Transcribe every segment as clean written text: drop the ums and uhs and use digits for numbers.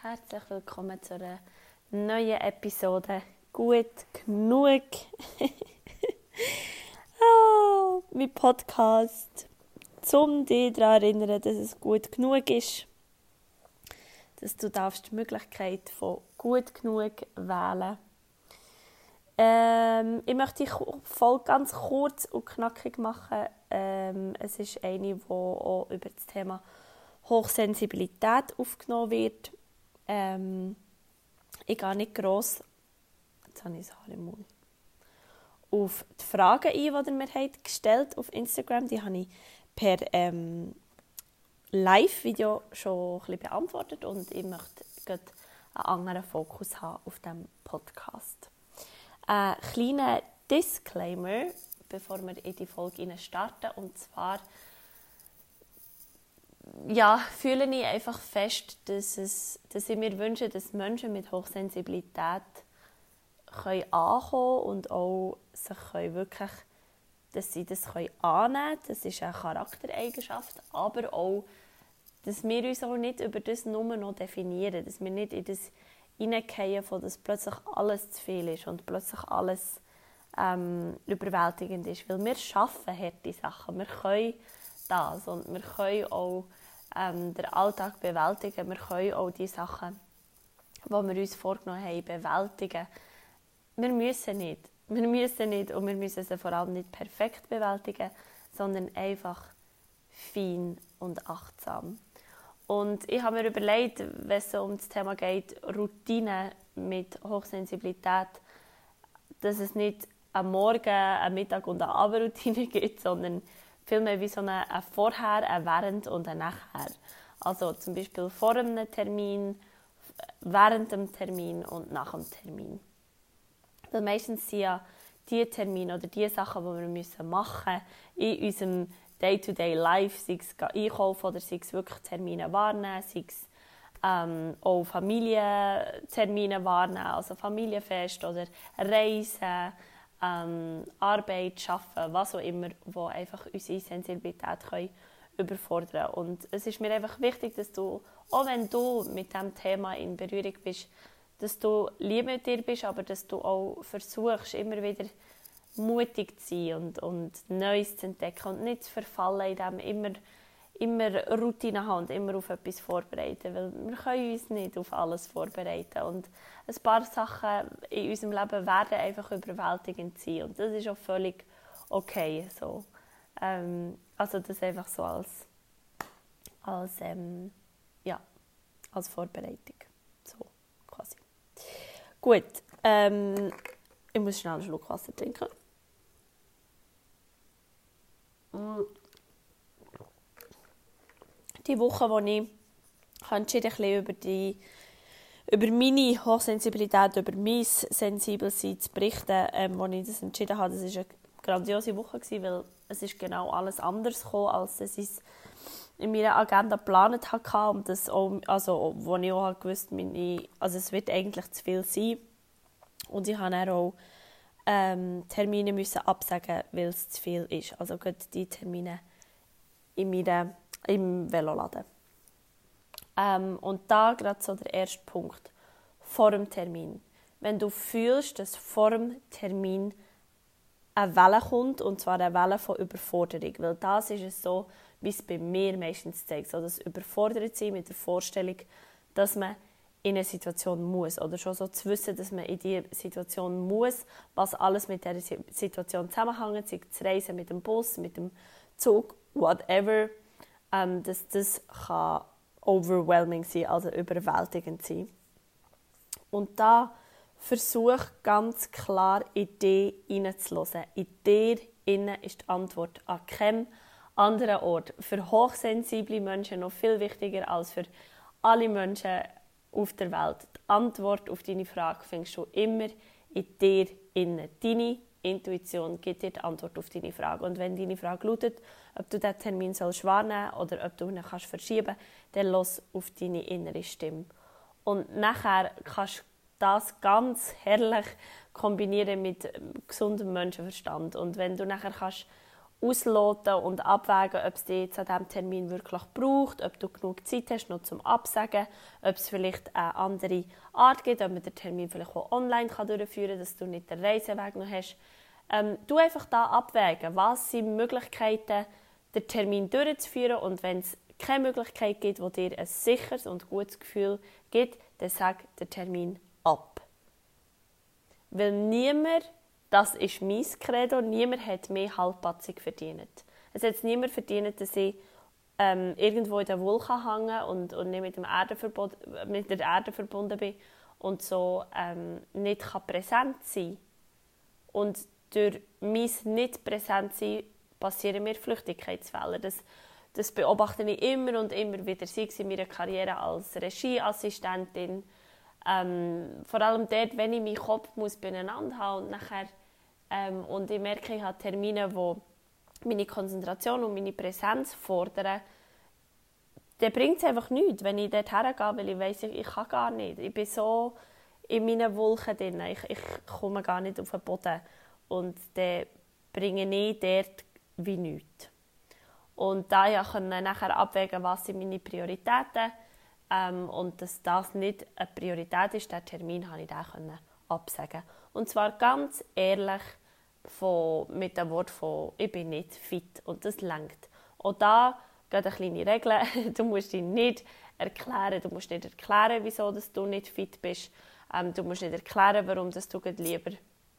herzlich willkommen zu einer neuen Episode «Gut genug». Mein Podcast, um dich daran zu erinnern, dass es gut genug ist, dass du die Möglichkeit von gut genug wählen. Ich möchte die Folge ganz kurz und knackig machen. Es ist eine, die auch über das Thema Hochsensibilität aufgenommen wird. Ich gehe nicht gross, jetzt habe ich das Haar im Mund, auf die Fragen ein, die ihr mir gestellt auf Instagram. Die habe ich per Live-Video schon ein bisschen beantwortet und ich möchte einen anderen Fokus haben auf diesem Podcast. Ein kleiner Disclaimer, bevor wir in die Folge starten, und zwar fühle ich einfach fest, dass ich mir wünsche, dass Menschen mit Hochsensibilität ankommen können und auch sich wirklich, dass sie das annehmen können. Das ist eine Charaktereigenschaft, aber auch, dass wir uns auch nicht über das nur noch definieren, dass wir nicht in das hineingehen, dass plötzlich alles zu viel ist und plötzlich alles überwältigend ist. Weil wir schaffen harte Sachen, wir können das und wir können auch den Alltag bewältigen, wir können auch die Sachen, die wir uns vorgenommen haben, bewältigen. Wir müssen nicht und wir müssen sie vor allem nicht perfekt bewältigen, sondern einfach fein und achtsam. Und ich habe mir überlegt, wenn es um das Thema geht, Routine mit Hochsensibilität, dass es nicht am Morgen, am Mittag und eine Abendroutine gibt, sondern vielmehr wie so ein Vorher, ein Während und ein Nachher. Also zum Beispiel vor einem Termin, während dem Termin und nach dem Termin. Weil meistens sind ja die Termine oder die Sachen, die wir machen müssen in unserem Day-to-Day-Life, sei es einkaufen oder sei es wirklich Termine wahrnehmen, sei es auch Familientermine wahrnehmen, also Familienfest oder Reisen, Arbeit, Arbeiten, was auch immer, wo einfach unsere Sensibilität überfordern können. Und es ist mir einfach wichtig, dass du, auch wenn du mit diesem Thema in Berührung bist, dass du lieb mit dir bist, aber dass du auch versuchst, immer wieder mutig zu sein und Neues zu entdecken und nicht zu verfallen, indem immer Routine haben und immer auf etwas vorbereiten. Weil wir können uns nicht auf alles vorbereiten. Und ein paar Sachen in unserem Leben werden einfach überwältigend sein. Und das ist auch völlig okay. So. Also das einfach so als Vorbereitung. So, quasi. Gut. Ich muss schnell einen Schluck Wasser trinken. Die Woche, wo ich entschieden habe, über meine Hochsensibilität, über mein Sensibelsein zu berichten, wo ich das entschieden habe, das war eine grandiose Woche, weil es ist genau alles anders gekommen, als ich es in meiner Agenda geplant hatte. Und das auch, also, wo ich auch gewusst habe, es wird eigentlich zu viel sein. Und ich musste dann auch Termine absagen, weil es zu viel ist. Also gerade die Termine im Veloladen. Und da gerade so der erste Punkt, vor dem Termin. Wenn du fühlst, dass vor dem Termin eine Welle kommt, und zwar eine Welle von Überforderung, weil das ist es so, wie es bei mir meistens zeigt, so das überfordert sein mit der Vorstellung, dass man in eine Situation muss oder schon so zu wissen, dass man in diese Situation muss, was alles mit dieser Situation zusammenhängt, sei es Reisen mit dem Bus, mit dem Zug, whatever, dass das kann overwhelming sein, also überwältigend sein. Und da versuch ganz klar in dich hineinzuhören. In dir innen ist die Antwort an keinem anderen Ort. Für hochsensible Menschen noch viel wichtiger als für alle Menschen auf der Welt. Die Antwort auf deine Frage findest du immer in dir innen. Deine Intuition gibt dir die Antwort auf deine Frage. Und wenn deine Frage lautet, ob du diesen Termin wahrnehmen sollst oder ob du ihn verschieben kannst, dann los auf deine innere Stimme. Und nachher kannst du das ganz herrlich kombinieren mit gesundem Menschenverstand. Und wenn du nachher kannst ausloten und abwägen, ob es dich jetzt an diesem Termin wirklich braucht, ob du genug Zeit hast, noch zum Absagen, ob es vielleicht eine andere Art gibt, ob man den Termin vielleicht auch online durchführen kann, dass du nicht den Reiseweg noch hast. Du einfach da abwägen, was sind Möglichkeiten, den Termin durchzuführen, und wenn es keine Möglichkeit gibt, die dir ein sicheres und gutes Gefühl gibt, dann sag den Termin ab. Weil niemand, das ist mein Credo, niemand hat mehr halbpatzig verdient. Es hat niemand verdient, dass ich irgendwo in der Wolke hängen und nicht mit der Erde verbunden bin und so nicht präsent sein kann. Und durch mein Nicht-Präsent-Sein passieren mir Flüchtigkeitsfälle. Das beobachte ich immer und immer wieder, sei es in meiner Karriere als Regieassistentin. Vor allem dort, wenn ich meinen Kopf beieinander haben und nachher und ich merke, ich habe Termine, die meine Konzentration und meine Präsenz fordern, dann bringt es einfach nichts, wenn ich dort hergehe, weil ich weiss, ich kann gar nicht. Ich bin so in meinen Wolken drin, ich komme gar nicht auf den Boden. Und dann bringe ich dort wie nichts. Und da ich nachher abwägen, was sind meine Prioritäten, und dass das nicht eine Priorität ist, diesen Termin konnte ich dann absagen. Und zwar ganz ehrlich mit dem Wort von «Ich bin nicht fit» und das reicht. Auch da geht eine kleine Regel. Du musst dich nicht erklären, wieso dass du nicht fit bist. Du musst nicht erklären, warum dass du lieber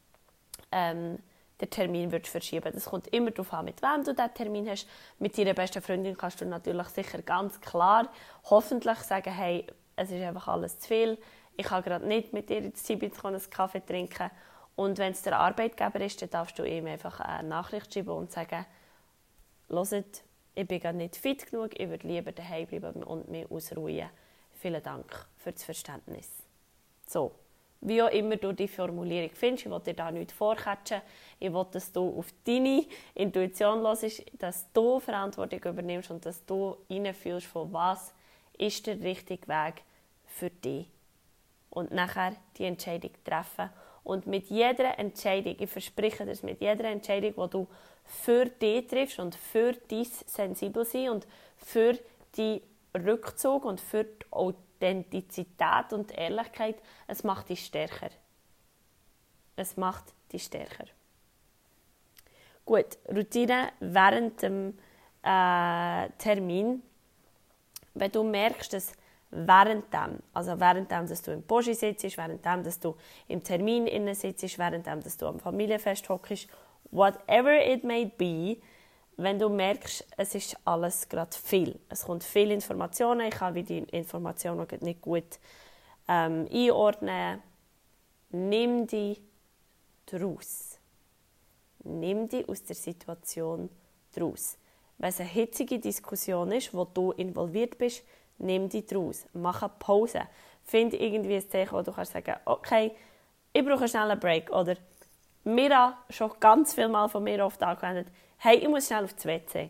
den Termin verschieben würdest. Das kommt immer darauf an, mit wem du diesen Termin hast. Mit deiner besten Freundin kannst du natürlich sicher ganz klar hoffentlich sagen, hey, es ist einfach alles zu viel. Ich kann gerade nicht mit dir ins Zibitz einen Kaffee trinken. Und wenn es der Arbeitgeber ist, dann darfst du ihm einfach eine Nachricht schreiben und sagen, hört, ich bin gerade nicht fit genug, ich würde lieber daheim bleiben und mich ausruhen. Vielen Dank für das Verständnis. So, wie auch immer du die Formulierung findest, ich will dir da nichts vorquetschen. Ich will, dass du auf deine Intuition hörst, dass du Verantwortung übernimmst und dass du reinfühlst, von was ist der richtige Weg für dich. Und nachher die Entscheidung treffen. Und mit jeder Entscheidung, ich verspreche dir, mit jeder Entscheidung, die du für dich triffst und für dein Sensibelsein und für die Rückzug und für die Authentizität und die Ehrlichkeit, es macht dich stärker. Es macht dich stärker. Gut, Routine während dem Termin. Wenn du merkst, dass währenddem, dass du im Poschi sitzt, währenddem, dass du im Termin innen sitzt, währenddem, dass du am Familienfest hockst, whatever it may be, wenn du merkst, es ist alles gerade viel. Es kommt viel Informationen, ich kann die Informationen nicht gut einordnen. Nimm die daraus. Nimm die aus der Situation daraus. Wenn es eine hitzige Diskussion ist, wo du involviert bist, nimm die daraus. Mach eine Pause. Find irgendwie ein Zeichen, wo du kannst sagen, okay, ich brauche schnell einen Break. Oder Mira, schon ganz viel Mal von mir oft angewendet, hey, ich muss schnell auf das WC.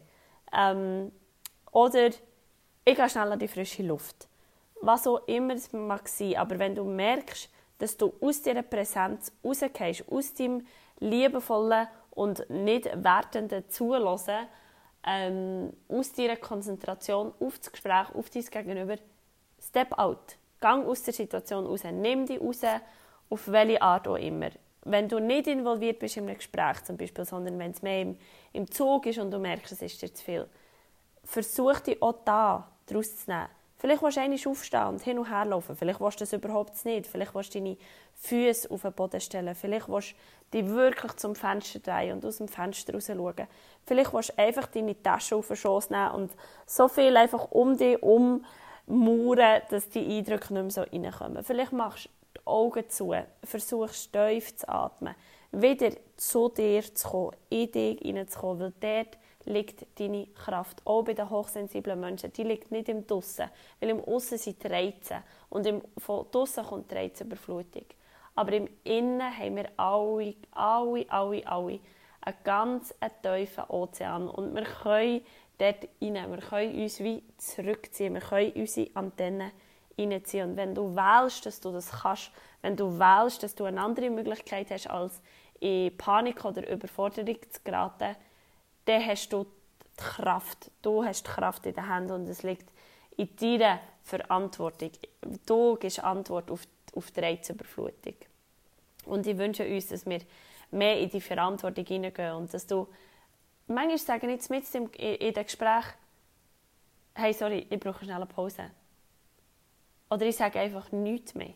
Oder ich gehe schnell an die frische Luft. Was auch immer es mag sein. Aber wenn du merkst, dass du aus dieser Präsenz rausgehst, aus deinem liebevollen und nicht wertenden Zuhören, aus deiner Konzentration auf das Gespräch, auf dein Gegenüber, step out. Gang aus der Situation raus. Nimm dich raus, auf welche Art auch immer. Wenn du nicht involviert bist in einem Gespräch zum Beispiel, sondern wenn es mehr im Zug ist und du merkst, es ist dir zu viel, versuch dich auch da daraus zu nehmen. Vielleicht willst du einmal aufstehen und hin und her laufen. Vielleicht willst du das überhaupt nicht. Vielleicht willst du deine Füße auf den Boden stellen. Vielleicht willst du dich wirklich zum Fenster drehen und aus dem Fenster raus schauen. Vielleicht willst du einfach deine Tasche auf den Schoss nehmen und so viel einfach um dich mauern, dass die Eindrücke nicht mehr so reinkommen. Vielleicht machst du die Augen zu, versuchst tief zu atmen, wieder zu dir zu kommen, in dich hineinzukommen, weil dort liegt deine Kraft. Auch bei den hochsensiblen Menschen, die liegt nicht im Dussen, weil im Aussen sind die Reize und von Dussen kommt die Reizüberflutung. Aber im Innen haben wir alle einen ganz tiefen Ozean und wir können dort rein, wir können uns wie zurückziehen, wir können unsere Antennen reinziehen. Und wenn du wählst, dass du das kannst, wenn du wählst, dass du eine andere Möglichkeit hast, als in Panik oder Überforderung zu geraten, dann hast du die Kraft. Du hast die Kraft in den Händen und es liegt in deiner Verantwortung. Du gibst Antwort auf die Reizüberflutung. Und ich wünsche uns, dass wir mehr in die Verantwortung hineingehen und dass du manchmal sagen jetzt mit in dem Gespräch, hey, sorry, ich brauche schnell eine Pause. Oder ich sage einfach nichts mehr.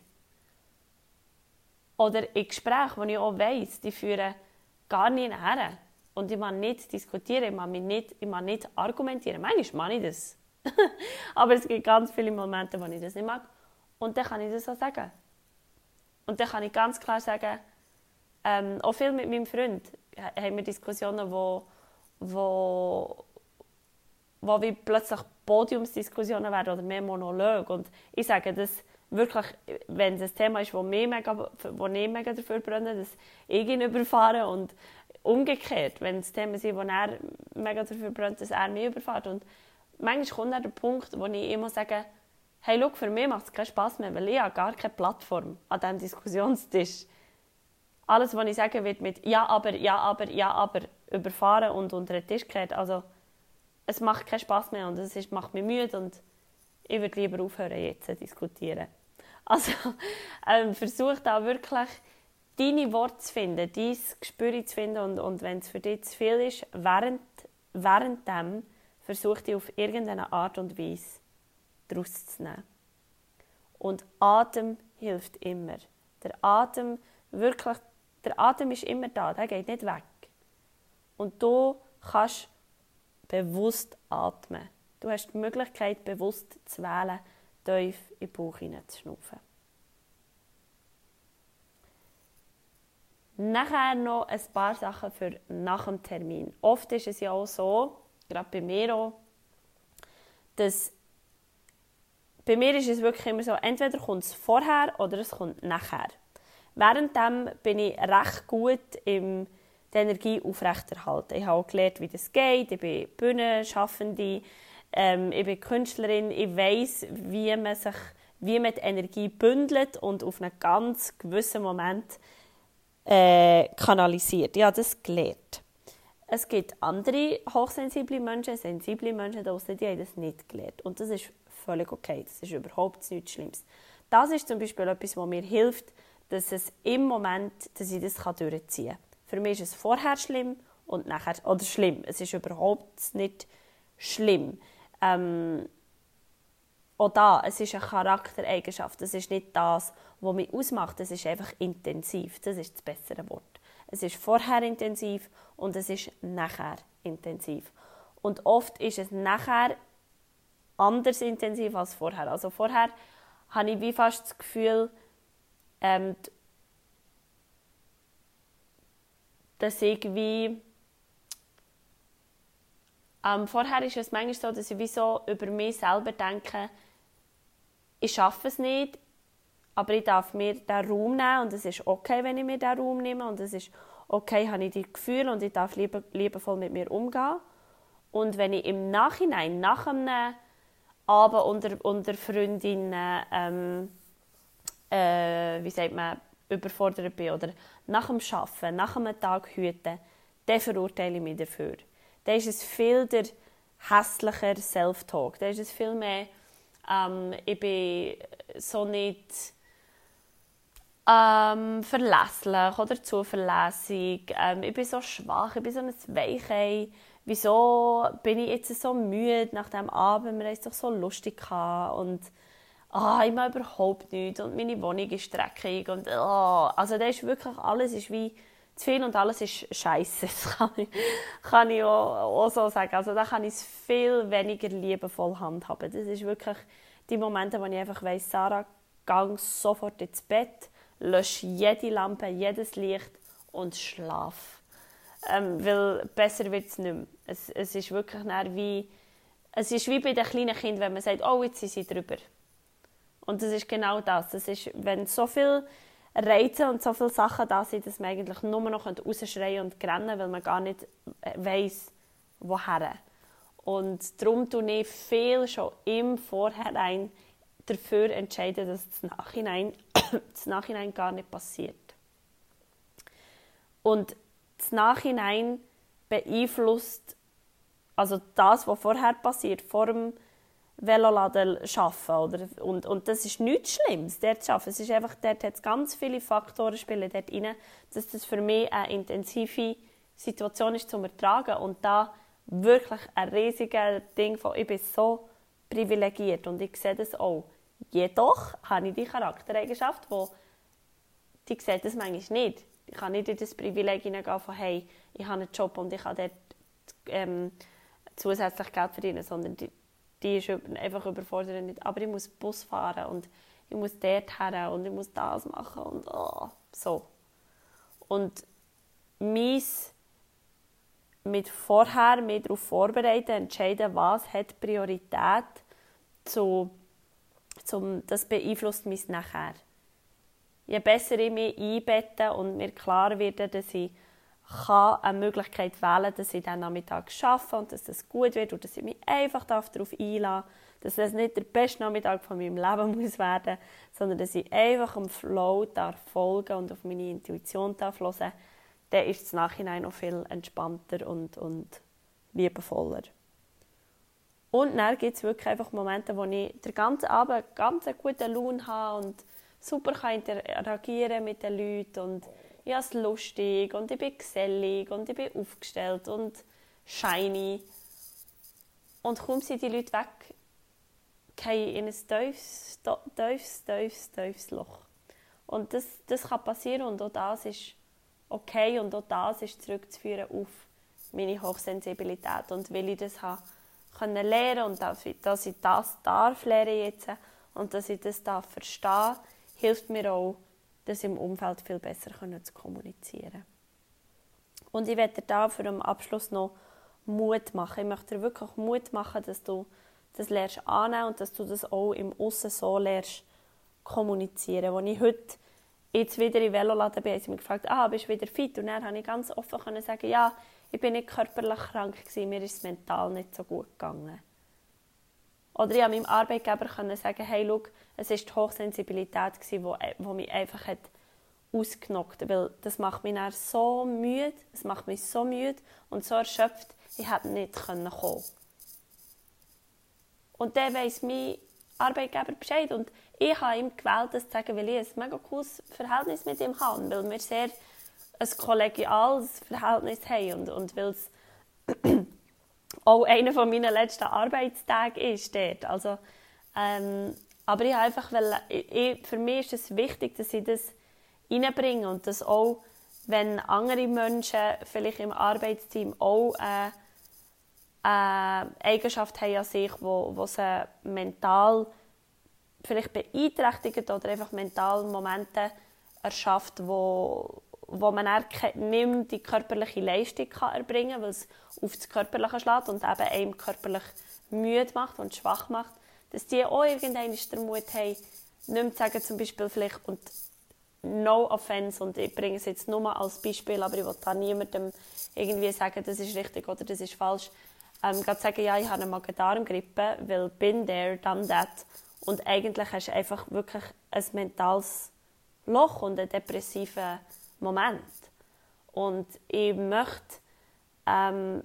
Oder in Gesprächen, die ich auch weiss, die führen gar nicht her. Und ich mag nicht diskutieren, ich mag nicht argumentieren. Manchmal mag ich das. Aber es gibt ganz viele Momente, wo ich das nicht mag. Und dann kann ich das auch sagen. Und dann kann ich ganz klar sagen, auch viel mit meinem Freund haben wir Diskussionen, wo wie plötzlich Podiumsdiskussionen werden oder mehr Monologe. Und ich sage das wirklich, wenn es ein Thema ist, wo ich mega dafür brenne, dass ich ihn überfahre und umgekehrt, wenn es Themen sind, wo er mega dafür brennt, dass er mich überfährt. Und manchmal kommt dann der Punkt, wo ich immer sage, hey, schau, für mich macht es keinen Spass mehr, weil ich habe gar keine Plattform an diesem Diskussionstisch. Alles, was ich sage, wird mit ja, aber überfahren und unter den Tisch gekehrt. Also, es macht keinen Spass mehr und es macht mich müde und ich würde lieber aufhören, jetzt zu diskutieren. Also, versuch da wirklich, deine Worte zu finden, dein Gespür zu finden und wenn es für dich zu viel ist, währenddem versuch dich auf irgendeine Art und Weise daraus zu nehmen. Und Atem hilft immer. Der Atem ist immer da, der geht nicht weg. Und du kannst bewusst atmen. Du hast die Möglichkeit, bewusst zu wählen, tief in den Bauch hineinzuschnaufen. Nachher noch ein paar Sachen für nach dem Termin. Oft ist es ja auch so, gerade bei mir auch, dass bei mir ist es wirklich immer so, entweder kommt es vorher oder es kommt nachher. Währenddem bin ich recht gut die Energie aufrechterhalten. Ich habe auch gelernt, wie das geht. Ich bin Bühnenschaffende, ich bin Künstlerin. Ich weiss, wie man die Energie bündelt und auf einen ganz gewissen Moment kanalisiert. Ich habe das gelernt. Es gibt andere hochsensible Menschen, sensible Menschen draussen, die haben das nicht gelernt. Und das ist völlig okay. Das ist überhaupt nichts Schlimmes. Das ist zum Beispiel etwas, was mir hilft, dass ich das durchziehen kann. Für mich ist es vorher schlimm und nachher, oder schlimm. Es ist überhaupt nicht schlimm. Auch da, es ist eine Charaktereigenschaft. Es ist nicht das, was mich ausmacht. Es ist einfach intensiv. Das ist das bessere Wort. Es ist vorher intensiv und es ist nachher intensiv. Und oft ist es nachher anders intensiv als vorher. Also vorher habe ich wie fast das Gefühl, dass ich wie... vorher ist es manchmal so, dass ich wie so über mich selber denke, ich schaffe es nicht, aber ich darf mir diesen Raum nehmen und es ist okay, wenn ich mir diesen Raum nehme und es ist okay, habe ich die Gefühle und ich darf liebevoll mit mir umgehen. Und wenn ich im Nachhinein, nach einem Abend unter Freundinnen, überfordert bin oder nach dem Arbeiten, nach einem Tag hüten, dann verurteile ich mich dafür. Dann ist es viel der hässlicher Self-Talk. Dann ist es viel mehr, ich bin so nicht verlässlich oder zuverlässig. Ich bin so schwach, ich bin so ein Weichei. Wieso bin ich jetzt so müde nach diesem Abend? Wir haben es doch so lustig gehabt und ich mache überhaupt nichts und meine Wohnung ist dreckig und also das ist wirklich, alles ist wie zu viel und alles ist scheisse. Das kann ich auch so sagen. Also da kann ich es viel weniger liebevoll handhaben. Das ist wirklich die Momente, wo ich einfach weiss, Sarah, geh sofort ins Bett, lösche jede Lampe, jedes Licht und schlaf. Weil besser wird es nicht mehr. Es ist wirklich es ist wie bei den kleinen Kindern, wenn man sagt, oh, jetzt sind sie drüber. Und das ist genau das. Das ist, wenn so viele Reize und so viele Sachen da sind, dass man eigentlich nur noch rausschreien und rennen, weil man gar nicht weiss, woher. Und darum tue ich viel schon im Vorhinein dafür entscheiden, dass das Nachhinein gar nicht passiert. Und das Nachhinein beeinflusst also das, was vorher passiert, vor dem Veloladen arbeiten. Oder? Und das ist nichts Schlimmes, dort zu arbeiten. Es ist einfach, dort hat es ganz viele Faktoren spielen dort rein, dass das für mich eine intensive Situation ist zum Ertragen. Und da wirklich ein riesiges Ding von, ich bin so privilegiert und ich sehe das auch. Jedoch habe ich die Charaktereigenschaft, die sieht das manchmal nicht. Ich kann nicht in das Privileg hineingehen von, hey, ich habe einen Job und ich kann dort zusätzlich Geld verdienen, sondern die ist einfach überfordert. Aber ich muss Bus fahren und ich muss dort her und ich muss das machen und so. Und mit vorher mehr darauf vorbereiten, entscheiden, was hat Priorität, das beeinflusst mich nachher. Je besser ich mich einbette und mir klar wird, dass ich eine Möglichkeit wählen kann, dass ich diesen Nachmittag arbeite und dass das gut wird und dass ich mich einfach darauf einlassen darf, dass das nicht der beste Nachmittag von meinem Leben muss werden, sondern dass ich einfach dem Flow folgen und auf meine Intuition hören, dann ist es Nachhinein noch viel entspannter und liebevoller. Und dann gibt es wirklich einfach Momente, wo ich den ganzen Abend ganz eine gute Laune habe und super interagieren mit den Leuten und ich habe es lustig und ich bin gesellig und ich bin aufgestellt und shiny. Und kaum sind die Leute weg, gehe ich in ein tiefes Loch. Und das kann passieren und auch das ist okay und auch das ist zurückzuführen auf meine Hochsensibilität. Und weil ich das können lernen und dass ich das darf lernen jetzt und dass ich das darf verstehen, hilft mir auch, das im Umfeld viel besser zu kommunizieren. Und ich werde da für den Abschluss noch Mut machen. Ich möchte dir wirklich Mut machen, dass du das lernst annehmen und dass du das auch im Aussen so lernst kommunizieren. Als ich heute jetzt wieder in Veloladen bin, haben sie mich gefragt, bist du wieder fit? Und dann konnte ich ganz offen sagen, ja, ich bin nicht körperlich krank gewesen, mir ist es mental nicht so gut gegangen. Oder ich konnte meinem Arbeitgeber sagen, hey, schau, es war die Hochsensibilität, die mich einfach ausgenockt hat. Weil das macht mich dann so müde, es macht mich so müde und so erschöpft, ich hätte nicht kommen können. Und dann weiss mein Arbeitgeber Bescheid. Und ich habe ihm gewählt, das zu sagen, weil ich ein mega cooles Verhältnis mit ihm habe. Weil wir sehr ein kollegiales Verhältnis haben. Und weil es auch einer meiner letzten Arbeitstage ist dort. Also, aber ich einfach, für mich ist es wichtig, dass ich das reinbringe und dass auch, wenn andere Menschen vielleicht im Arbeitsteam auch eine Eigenschaft haben an sich, die sie mental vielleicht beeinträchtigt oder einfach mental Momente erschafft, wo man dann nicht mehr die körperliche Leistung erbringen kann, weil es auf das Körperliche schlägt und eben einem körperlich müde macht und schwach macht, dass die auch irgendwann den Mut haben, nicht mehr zu sagen, zum Beispiel vielleicht, und no offense, und ich bringe es jetzt nur als Beispiel, aber ich will da niemandem irgendwie sagen, das ist richtig oder das ist falsch, gerade sagen, ja, ich habe eine Magen-Darm-Grippe, weil bin there, done that. Und eigentlich hast du einfach wirklich ein mentales Loch und einen depressiven Moment. Und ich möchte ein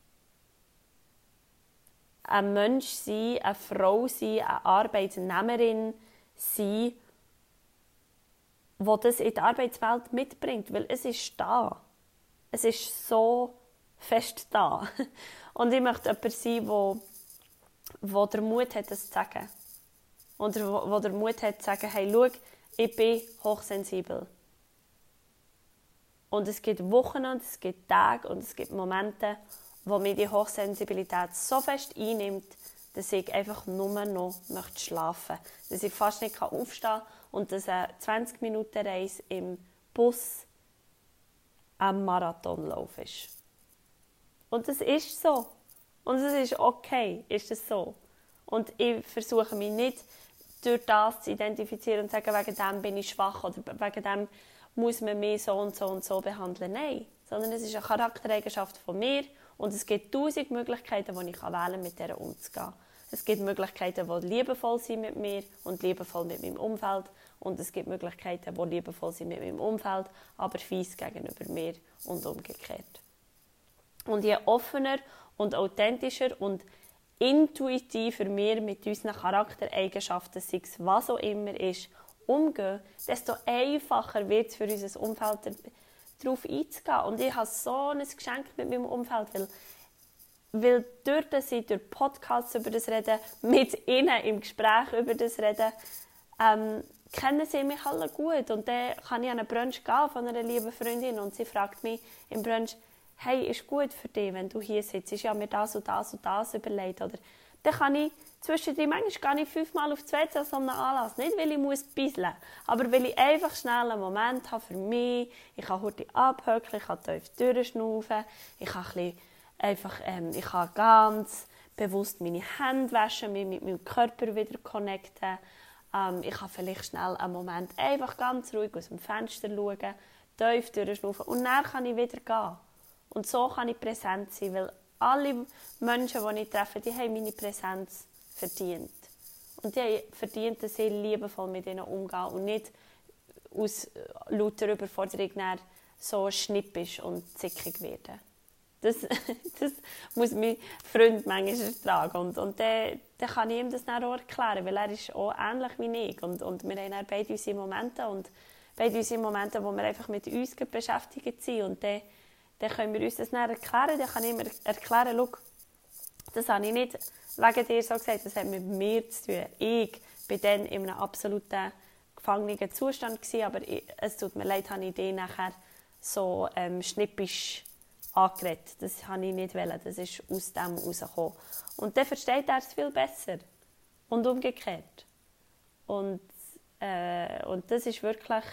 Mensch sein, eine Frau sein, eine Arbeitnehmerin sein, die das in die Arbeitswelt mitbringt. Weil es ist da. Es ist so fest da. Und ich möchte jemand sein, der den Mut hat, das zu sagen. Und der den Mut hat, zu sagen, hey, schau, ich bin hochsensibel. Und es gibt Wochen und es gibt Tage und es gibt Momente, wo mich die Hochsensibilität so fest einnimmt, dass ich einfach nur noch schlafen möchte. Dass ich fast nicht aufstehen kann und dass eine 20-Minuten-Reise im Bus ein Marathonlauf ist. Und das ist so. Und es ist okay, ist es so. Und ich versuche mich nicht durch das zu identifizieren und zu sagen, wegen dem bin ich schwach oder wegen dem muss man mich so und so und so behandeln. Nein, sondern es ist eine Charaktereigenschaft von mir und es gibt 1000 Möglichkeiten, die ich wählen kann, mit der umzugehen. Es gibt Möglichkeiten, die liebevoll sind mit mir und liebevoll mit meinem Umfeld. Und es gibt Möglichkeiten, die liebevoll sind mit meinem Umfeld, aber fies gegenüber mir und umgekehrt. Und je offener und authentischer und intuitiver wir mit unseren Charaktereigenschaften, sei es was auch immer ist, umgehen, desto einfacher wird es für unser Umfeld, darauf einzugehen. Und ich habe so ein Geschenk mit meinem Umfeld, weil durch das ich durch Podcasts über das reden, mit ihnen im Gespräch über das reden, kennen sie mich alle gut. Und dann kann ich an einen Brunch gehen von einer lieben Freundin und sie fragt mich im Brunch, hey, ist gut für dich, wenn du hier sitzt? Ich habe mir das und das und das überlegt. Oder dann kann ich zwischendrin, manchmal gehe ich 5-mal auf die WC an so einem Anlass. Nicht, weil ich bisseln muss, aber weil ich einfach schnell einen Moment habe für mich. Ich kann kurz abhöckeln, ich kann tief durchschnaufen, ich kann ich kann ganz bewusst meine Hände waschen, mich mit meinem Körper wieder connecten. Ich kann vielleicht schnell einen Moment einfach ganz ruhig aus dem Fenster schauen, tief durchschnaufen und dann kann ich wieder gehen. Und so kann ich präsent sein, weil alle Menschen, die ich treffe, die haben meine Präsenz verdient. Und die haben verdient, dass ich liebevoll mit ihnen umgehe und nicht aus lauter Überforderung so schnippisch und zickig werden. Das muss mein Freund manchmal ertragen. Und dann kann ich ihm das dann auch erklären, weil er ist auch ähnlich wie ich. Und wir haben dann beide unsere Momente, wo wir einfach mit uns beschäftigt sind. Und dann können wir uns das dann erklären. Dann kann ich ihm erklären, schau, das habe ich nicht wegen dir so gesagt, das hat mit mir zu tun. Ich war dann in einem absoluten gefangenen Zustand gewesen, aber es tut mir leid, habe ich dich nachher so schnippisch angeredet. Das wollte ich nicht, das ist aus dem herausgekommen. Und dann versteht er es viel besser. Und umgekehrt. Und das ist wirklich,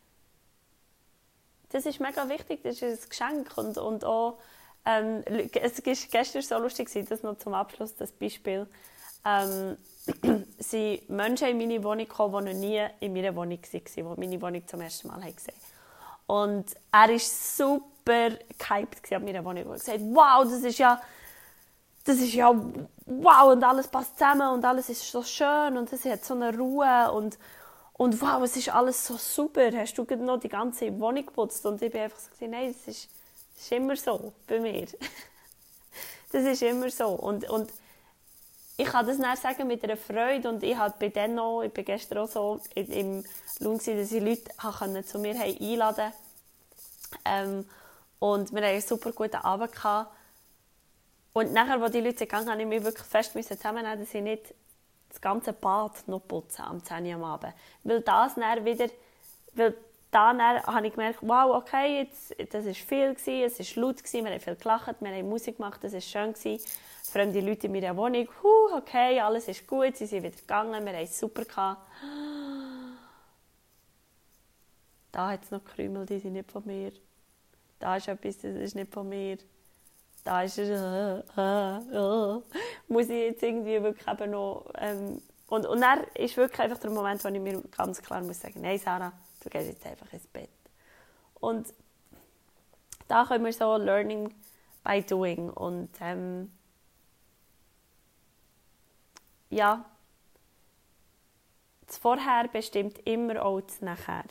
das ist mega wichtig, das ist ein Geschenk. Und auch, es war gestern so lustig, das noch zum Abschluss, das Beispiel. Sind Menschen in meine Wohnung gekommen, die noch nie in meiner Wohnung waren, die meine Wohnung zum ersten Mal gesehen haben. Und er war super gehypt an meiner Wohnung. Er hat gesagt, wow, das ist ja wow und alles passt zusammen und alles ist so schön und es hat so eine Ruhe und wow, es ist alles so super. Hast du noch die ganze Wohnung geputzt? Und ich bin einfach so, nein, das ist immer so bei mir. Das ist immer so. Und ich kann das dann sagen mit einer Freude und ich bin gestern auch so im Lohn gewesen, dass ich Leute zu mir einladen konnte. Und wir hatten einen super guten Abend gehabt. Und nachher, als die Leute gegangen sind, musste ich mich wirklich fest zusammennehmen, dass ich nicht das ganze Bad noch putzen am 10 Uhr am Abend. Weil dann habe ich gemerkt, wow, okay, das war viel, es war laut, wir haben viel gelacht, wir haben Musik gemacht, das war schön. Fremde Leute in meiner Wohnung, okay, alles ist gut, sie sind wieder gegangen, wir haben es super gehabt. Da hat es noch Krümel, die sind nicht von mir. Da ist etwas, das ist nicht von mir. Da ist es, muss ich jetzt irgendwie wirklich eben noch... Und dann ist wirklich einfach der Moment, wo ich mir ganz klar muss sagen, nein, Sarah, du gehst jetzt einfach ins Bett. Und da können wir so Learning by Doing. Und ja, das Vorher bestimmt immer auch das Nachher.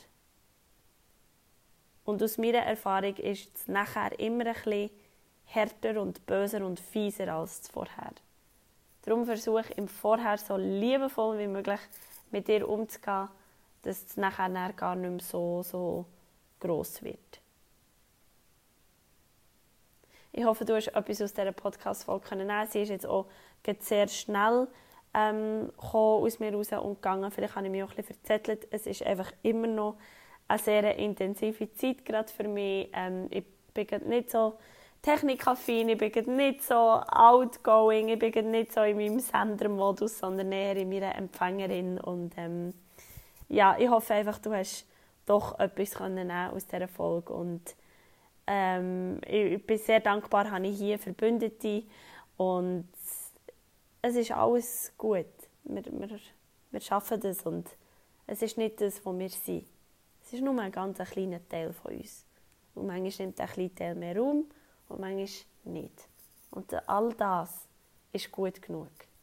Und aus meiner Erfahrung ist das Nachher immer ein bisschen härter und böser und fieser als das Vorher. Darum versuche ich im Vorher so liebevoll wie möglich mit dir umzugehen, dass es nachher gar nicht mehr so gross wird. Ich hoffe, du hast etwas aus dieser Podcast-Folge nehmen. Sie ist jetzt auch sehr schnell aus mir raus und gegangen. Vielleicht habe ich mich auch ein bisschen verzettelt. Es ist einfach immer noch eine sehr intensive Zeit gerade für mich. Ich bin nicht so technikaffin, ich bin nicht so outgoing, ich bin nicht so in meinem Sendermodus, sondern eher in meiner Empfängerin. Und ja, ich hoffe einfach, du hast doch etwas nehmen aus dieser Folge. Und ich bin sehr dankbar, habe ich hier Verbündete und es ist alles gut. Wir schaffen das und es ist nicht das, was wir sind. Es ist nur ein ganz kleiner Teil von uns. Und manchmal nimmt ein kleiner Teil mehr Raum und manchmal nicht. Und all das ist gut genug.